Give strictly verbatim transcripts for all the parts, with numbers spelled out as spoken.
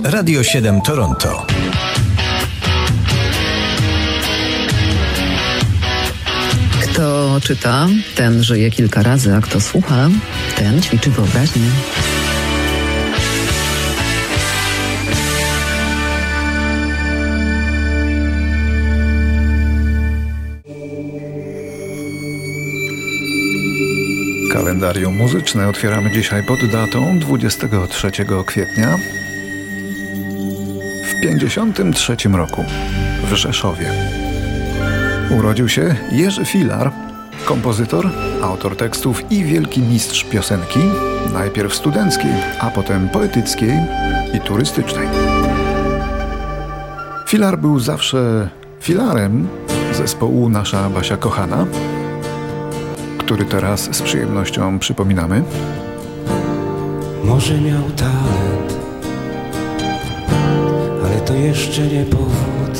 Radio siedem Toronto. Kto czyta, ten żyje kilka razy, a kto słucha, ten ćwiczy wyobraźnię. Kalendarium muzyczne otwieramy dzisiaj pod datą dwudziestego trzeciego kwietnia w pięćdziesiątym trzecim roku w Rzeszowie. Urodził się Jerzy Filar, kompozytor, autor tekstów i wielki mistrz piosenki, najpierw studenckiej, a potem poetyckiej i turystycznej. Filar był zawsze filarem zespołu Nasza Basia Kochana, który teraz z przyjemnością przypominamy. Może miał talent, ale to jeszcze nie powód,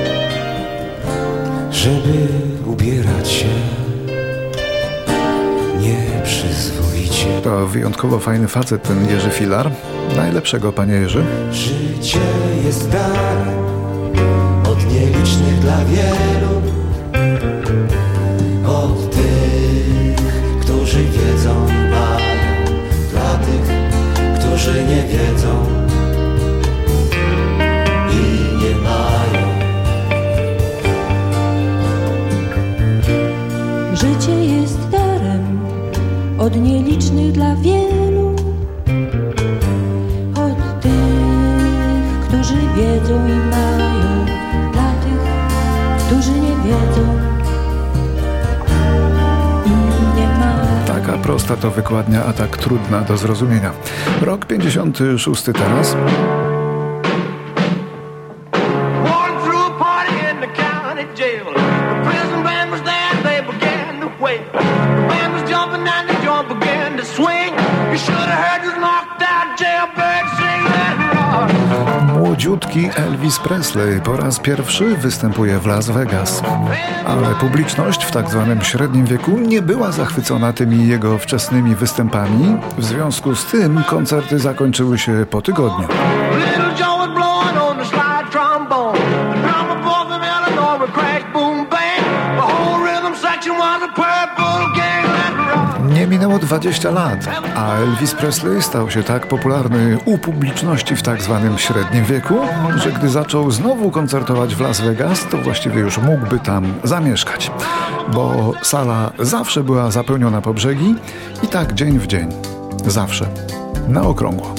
żeby ubierać się nieprzyzwoicie. To wyjątkowo fajny facet ten Jerzy Filar. Najlepszego, panie Jerzy. Życie jest darem od nielicznych dla wielu, od tych, którzy wiedzą i mają, dla tych, którzy nie wiedzą i nie mają. Życie jest darem od nielicznych dla wielu, od tych, którzy wiedzą i mają, dla tych, którzy nie wiedzą i nie mają. Taka prosta to wykładnia, a tak trudna do zrozumienia. Rok pięćdziesiąty szósty teraz. Młodziutki Elvis Presley po raz pierwszy występuje w Las Vegas. Ale publiczność w tak zwanym średnim wieku nie była zachwycona tymi jego wczesnymi występami. W związku z tym koncerty zakończyły się po tygodniu. Nie minęło dwadzieścia lat, a Elvis Presley stał się tak popularny u publiczności w tak zwanym średnim wieku, że gdy zaczął znowu koncertować w Las Vegas, to właściwie już mógłby tam zamieszkać, bo sala zawsze była zapełniona po brzegi i tak dzień w dzień, zawsze, na okrągło.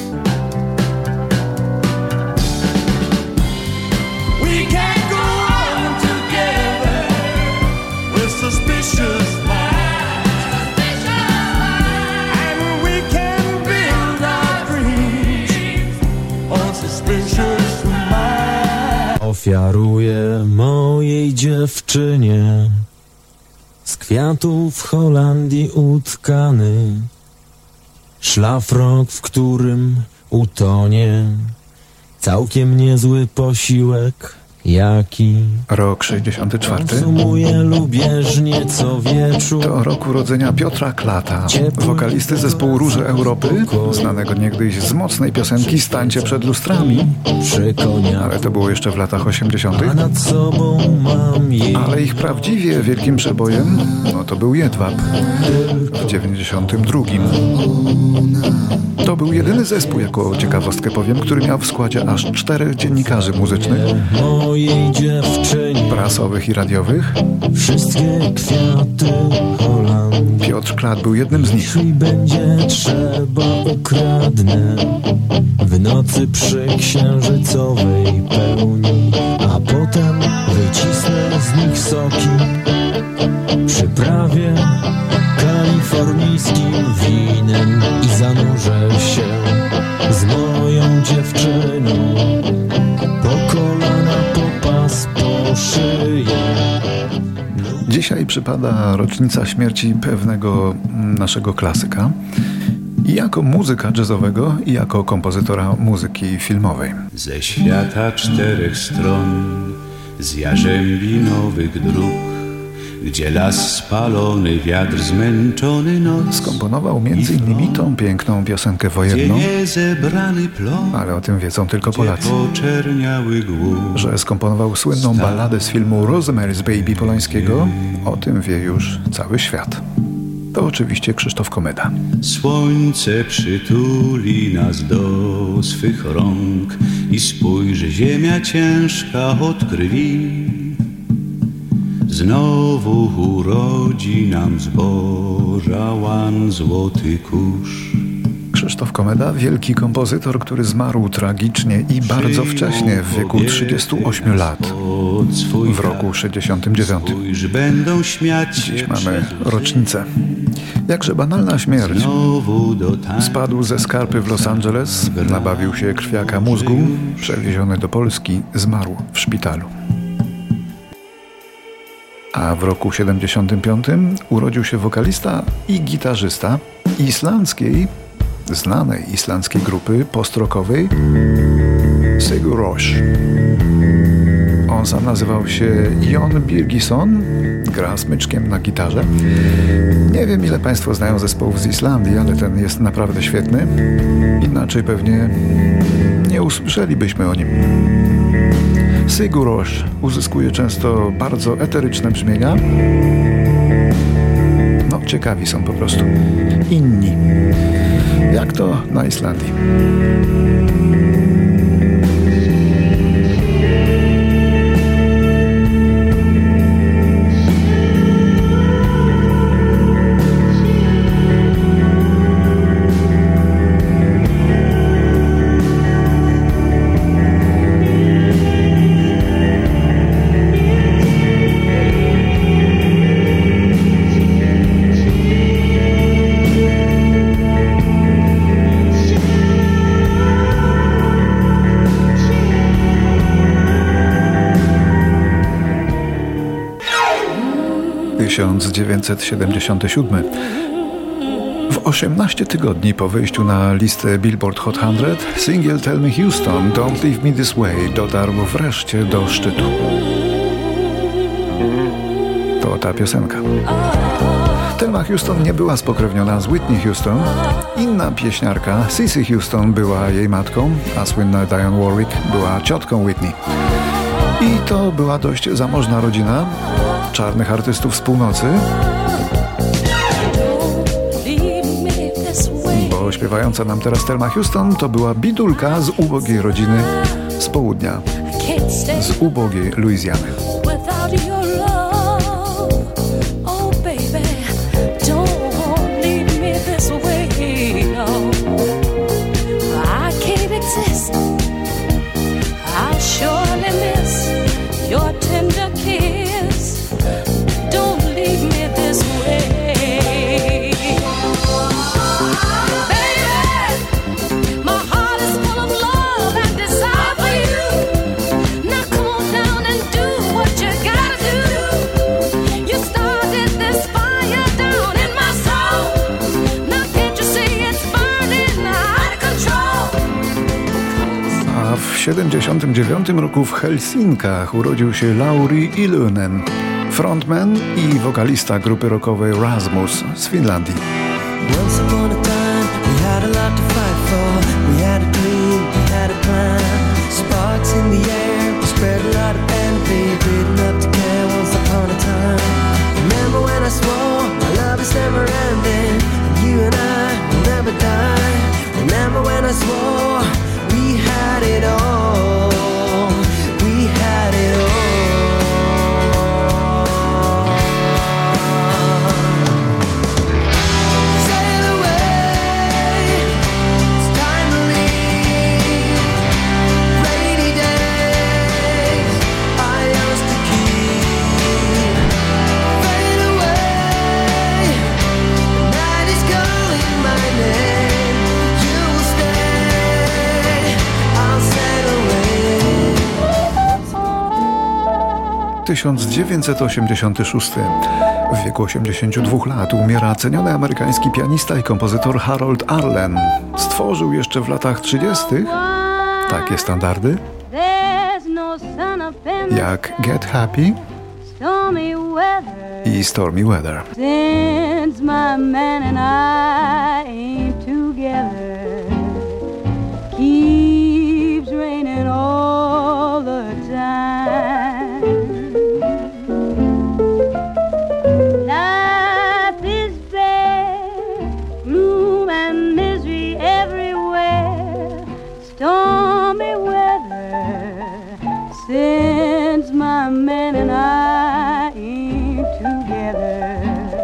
Ofiaruję mojej dziewczynie z kwiatów w Holandii utkany szlafrok, w którym utonie całkiem niezły posiłek. Jaki? Rok sześćdziesiąty czwarty. Konsumuję lubieżnie co wieczór. To rok urodzenia Piotra Klata, wokalisty zespołu Róże Europy, znanego niegdyś z mocnej piosenki Stańcie przed lustrami. Ale to było jeszcze w latach osiemdziesiątych. Ale ich prawdziwie wielkim przebojem, no to był Jedwab w dziewięćdziesiątym drugim. To był jedyny zespół, jako ciekawostkę powiem, który miał w składzie aż czterech dziennikarzy muzycznych, prasowych i radiowych. Wszystkie kwiaty Holandii. Piotr Klat był jednym z nich. Jeśli będzie trzeba, ukradnę w nocy przy księżycowej pełni, a potem wycisnę z nich soki, przyprawię kalifornijskim winem i zanurzę się z moją dziewczyną po kolana, po pas, po szyję. Dzisiaj przypada rocznica śmierci pewnego naszego klasyka i jako muzyka jazzowego, i jako kompozytora muzyki filmowej. Ze świata czterech stron, z jarzębinowych dróg, gdzie las spalony, wiatr zmęczony noc. Skomponował między innymi tą piękną piosenkę wojenną, niezebrany plon, ale o tym wiedzą tylko Polacy. poczerniały głów. Że skomponował słynną balladę z filmu Rosemary's Baby Polańskiego, o tym wie już cały świat. To oczywiście Krzysztof Komeda. Słońce przytuli nas do swych rąk i spójrz, ziemia ciężka od krwi znowu urodzi nam zboża łan złoty kurz. Krzysztof Komeda, wielki kompozytor, który zmarł tragicznie i bardzo wcześnie, w wieku trzydziestu ośmiu lat, w roku sześćdziesiątym dziewiątym. Dziś mamy rocznicę. Jakże banalna śmierć. Spadł ze skarpy w Los Angeles, nabawił się krwiaka mózgu, przewieziony do Polski, zmarł w szpitalu. A w roku siedemdziesiątym piątym urodził się wokalista i gitarzysta islandzkiej, znanej islandzkiej grupy post-rockowej Sigur Rós. On sam nazywał się Jon Birgisson, gra smyczkiem na gitarze. Nie wiem, ile Państwo znają zespołów z Islandii, ale ten jest naprawdę świetny. Inaczej pewnie nie usłyszelibyśmy o nim. Sigur Rós uzyskuje często bardzo eteryczne brzmienia. No, ciekawi są po prostu. Inni. Jak to na Islandii. tysiąc dziewięćset siedemdziesiąty siódmy. W osiemnaście tygodni po wyjściu na listę Billboard Hot sto, singiel Tell Me Houston, Don't Leave Me This Way dotarł wreszcie do szczytu. To ta piosenka. Thelma Houston nie była spokrewniona z Whitney Houston. Inna pieśniarka, Cissy Houston, była jej matką, a słynna Dionne Warwick była ciotką Whitney. I to była dość zamożna rodzina czarnych artystów z północy, bo śpiewająca nam teraz Thelma Houston to była bidulka z ubogiej rodziny z południa, z ubogiej Luizjany. W siedemdziesiątym dziewiątym roku w Helsinkach urodził się Lauri Ilonen, frontman i wokalista grupy rockowej Rasmus z Finlandii. Once upon a time, we had a lot to fight for. We had a dream, we had a plan. Sparks in the air, we spread a lot of envy. Didn't have to care once upon a time. Remember when I swore my love is never ending, and you and I will never die. Remember when I swore we had it all. We had it all. tysiąc dziewięćset osiemdziesiąty szósty. W wieku osiemdziesięciu dwóch lat umiera ceniony amerykański pianista i kompozytor Harold Arlen. Stworzył jeszcze w latach trzydziestych takie standardy jak Get Happy, i Stormy Weather. Since my man and I ain't together, keeps raining all the time. Life is bare, gloom and misery everywhere, stormy weather. Since my man and I ain't together,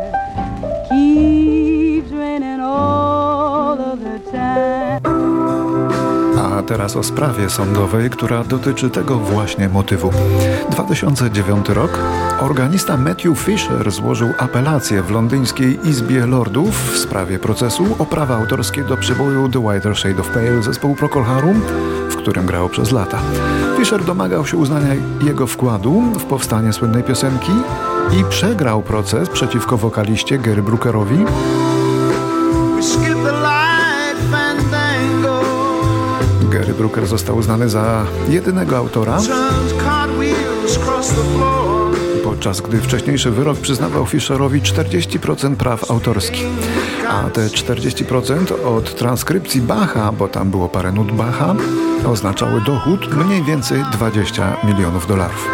keeps raining all of the time. A teraz o sprawie sądowej, która dotyczy tego właśnie motywu. dwa tysiące dziewiąty rok. Organista Matthew Fisher złożył apelację w londyńskiej Izbie Lordów w sprawie procesu o prawa autorskie do przeboju The Whiter Shade of Pale zespołu Procol Harum, w którym grał przez lata. Fisher domagał się uznania jego wkładu w powstanie słynnej piosenki i przegrał proces przeciwko wokaliście Gary Brookerowi. Gary Brooker został uznany za jedynego autora, podczas gdy wcześniejszy wyrok przyznawał Fisherowi czterdzieści procent praw autorskich, a te czterdzieści procent od transkrypcji Bacha, bo tam było parę nut Bacha, oznaczały dochód mniej więcej dwadzieścia milionów dolarów.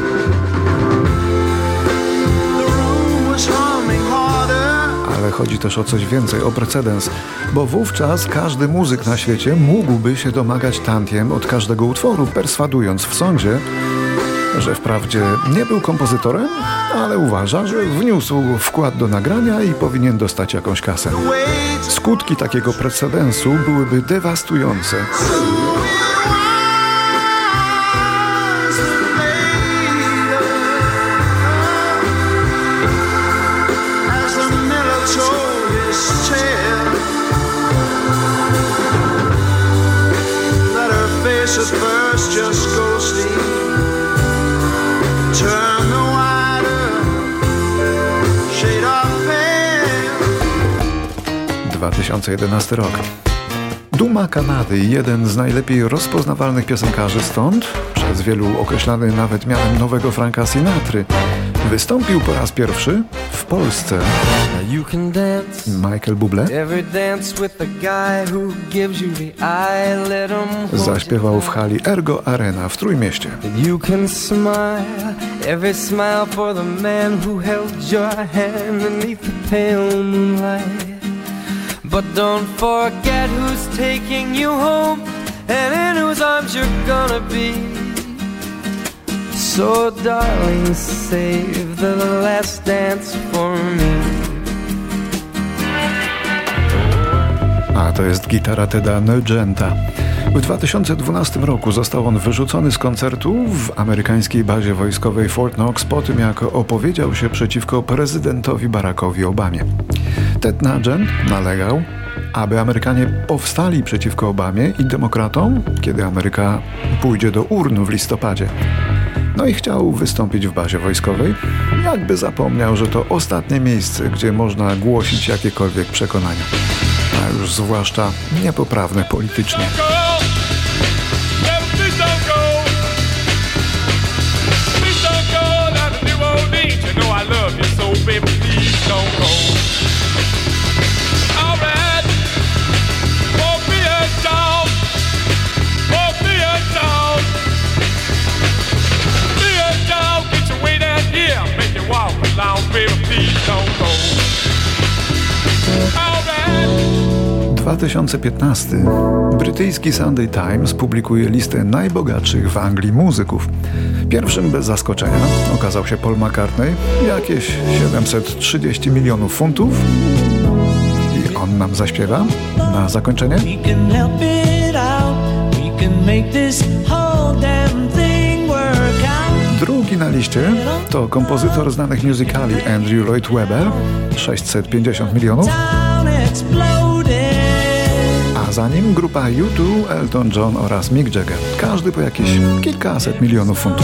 Ale chodzi też o coś więcej, o precedens, bo wówczas każdy muzyk na świecie mógłby się domagać tantiem od każdego utworu, perswadując w sądzie, że wprawdzie nie był kompozytorem, ale uważa, że wniósł wkład do nagrania i powinien dostać jakąś kasę. Skutki takiego precedensu byłyby dewastujące. dwa tysiące jedenasty rok. Duma Kanady, jeden z najlepiej rozpoznawalnych piosenkarzy stąd, przez wielu określany nawet mianem nowego Franka Sinatry, wystąpił po raz pierwszy w Polsce. Michael Bublé zaśpiewał w hali Ergo Arena w Trójmieście. But don't forget who's taking you home and in whose arms you're gonna be. So darling, save the last dance for me. A to jest gitara Teda Nugenta. W dwa tysiące dwunastym roku został on wyrzucony z koncertu w amerykańskiej bazie wojskowej Fort Knox po tym, jak opowiedział się przeciwko prezydentowi Barackowi Obamie. Ted Nugent nalegał, aby Amerykanie powstali przeciwko Obamie i demokratom, kiedy Ameryka pójdzie do urn w listopadzie. No i chciał wystąpić w bazie wojskowej, jakby zapomniał, że to ostatnie miejsce, gdzie można głosić jakiekolwiek przekonania, a już zwłaszcza niepoprawne politycznie. dwa tysiące piętnasty. Brytyjski Sunday Times publikuje listę najbogatszych w Anglii muzyków. Pierwszym bez zaskoczenia okazał się Paul McCartney, jakieś siedemset trzydzieści milionów funtów. I on nam zaśpiewa na zakończenie. Drugi na liście to kompozytor znanych musicali Andrew Lloyd Webber, sześćset pięćdziesiąt milionów. A za nim grupa U dwa, Elton John oraz Mick Jagger. Każdy po jakieś kilkaset milionów funtów.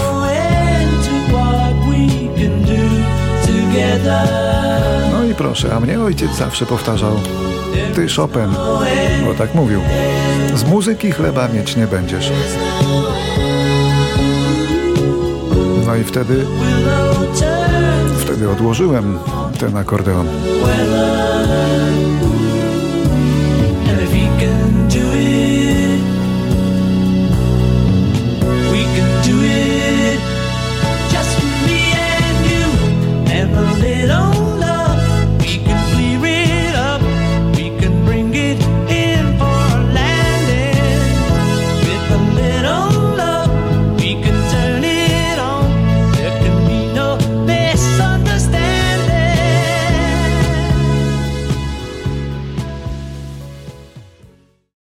No i proszę, a mnie ojciec zawsze powtarzał: ty Chopin, bo tak mówił, z muzyki chleba mieć nie będziesz. No i wtedy, wtedy kiedy odłożyłem ten akordeon.